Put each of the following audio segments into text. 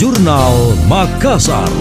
Jurnal Makassar.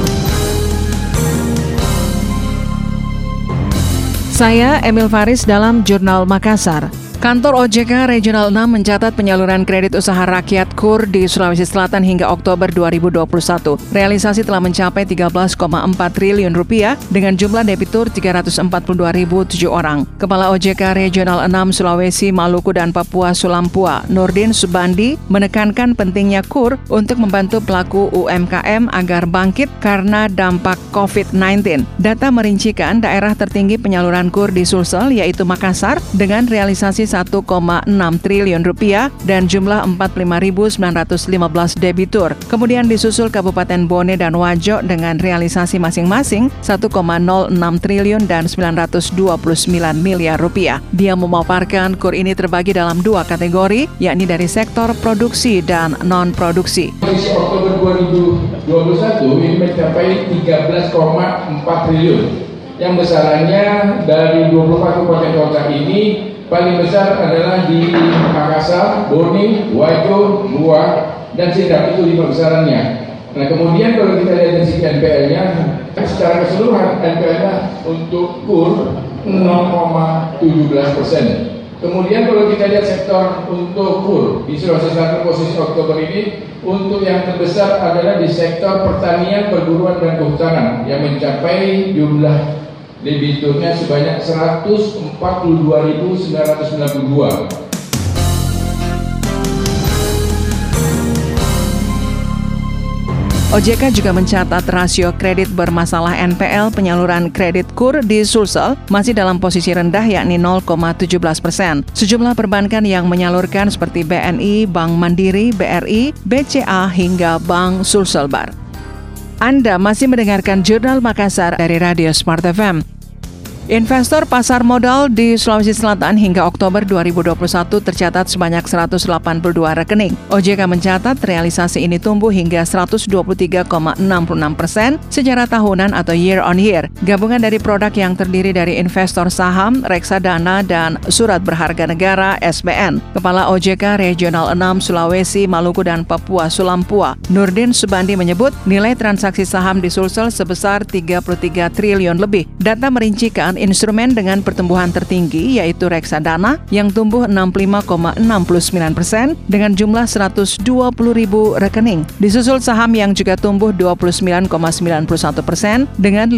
Saya Emil Faris dalam Jurnal Makassar. Kantor OJK Regional 6 mencatat penyaluran kredit usaha rakyat KUR di Sulawesi Selatan hingga Oktober 2021. Realisasi telah mencapai 13,4 triliun rupiah dengan jumlah debitur 342.007 orang. Kepala OJK Regional 6 Sulawesi, Maluku, dan Papua Sulampua, Nurdin Subandi, menekankan pentingnya KUR untuk membantu pelaku UMKM agar bangkit karena dampak COVID-19. Data merincikan daerah tertinggi penyaluran KUR di Sulsel yaitu Makassar dengan realisasi 1,6 triliun rupiah dan jumlah 45.915 debitur. Kemudian disusul Kabupaten Bone dan Wajo dengan realisasi masing-masing 1,06 triliun dan 929 miliar rupiah. Dia memaparkan KUR ini terbagi dalam dua kategori, yakni dari sektor produksi dan non-produksi. Di Oktober 2021 ini mencapai 13,4 triliun. Yang besarannya dari 24 kabupaten kota ini paling besar adalah di Makassar, Bone, Wajo, Buah, dan Sindang. Itu 5 besarannya. Nah, kemudian kalau kita lihat dari sisi NPL-nya, secara keseluruhan NPL-nya untuk KUR 0,17%. Kemudian kalau kita lihat sektor untuk KUR di Sulawesi Selatan posisi Oktober ini, untuk yang terbesar adalah di sektor pertanian, perburuan, dan kehutanan yang mencapai jumlah debiturnya sebanyak 142.992. OJK juga mencatat rasio kredit bermasalah NPL penyaluran kredit KUR di Sulsel masih dalam posisi rendah yakni 0,17%. Sejumlah perbankan yang menyalurkan seperti BNI, Bank Mandiri, BRI, BCA hingga Bank Sulselbar. Anda masih mendengarkan Jurnal Makassar dari Radio Smart FM. Investor pasar modal di Sulawesi Selatan hingga Oktober 2021 tercatat sebanyak 182 rekening. OJK mencatat realisasi ini tumbuh hingga 123,66% secara tahunan atau year on year. Gabungan dari produk yang terdiri dari investor saham, reksadana, dan surat berharga negara (SBN). Kepala OJK Regional 6 Sulawesi, Maluku, dan Papua Sulampua, Nurdin Subandi menyebut nilai transaksi saham di Sulsel sebesar 33 triliun lebih. Data merincikan instrumen dengan pertumbuhan tertinggi yaitu reksadana yang tumbuh 65,69% dengan jumlah 120.000 rekening. Disusul saham yang juga tumbuh 29,91% dengan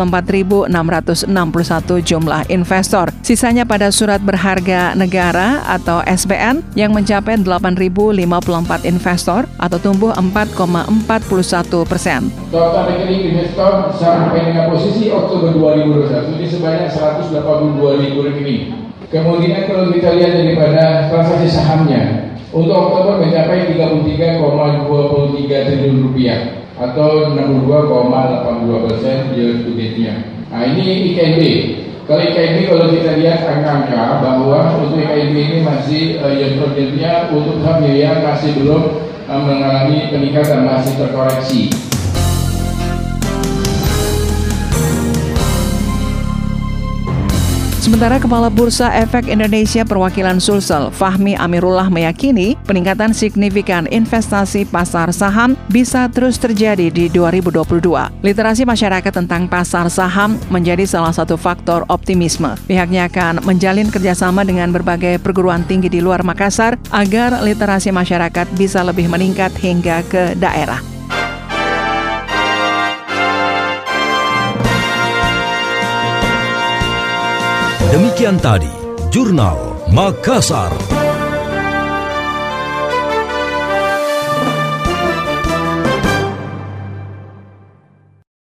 54.661 jumlah investor. Sisanya pada surat berharga negara atau SBN yang mencapai 8.054 investor atau tumbuh 4,41%. Total rekening investor sampai dengan posisi Oktober 2021 ini sebanyak 182.000 rekening. Kemudian kalau kita lihat daripada transaksi sahamnya, untuk Oktober mencapai 33,23 triliun rupiah atau 62,82% year to date-nya. Nah, ini IKNB. Kalau IKNB kalau kita lihat angka-angka bahwa untuk IKNB ini masih year to date-nya untuk saham yang masih belum mengalami peningkatan, masih terkoreksi. Sementara Kepala Bursa Efek Indonesia Perwakilan Sulsel, Fahmi Amirullah meyakini peningkatan signifikan investasi pasar saham bisa terus terjadi di 2022. Literasi masyarakat tentang pasar saham menjadi salah satu faktor optimisme. Pihaknya akan menjalin kerjasama dengan berbagai perguruan tinggi di luar Makassar agar literasi masyarakat bisa lebih meningkat hingga ke daerah. Demikian tadi Jurnal Makassar.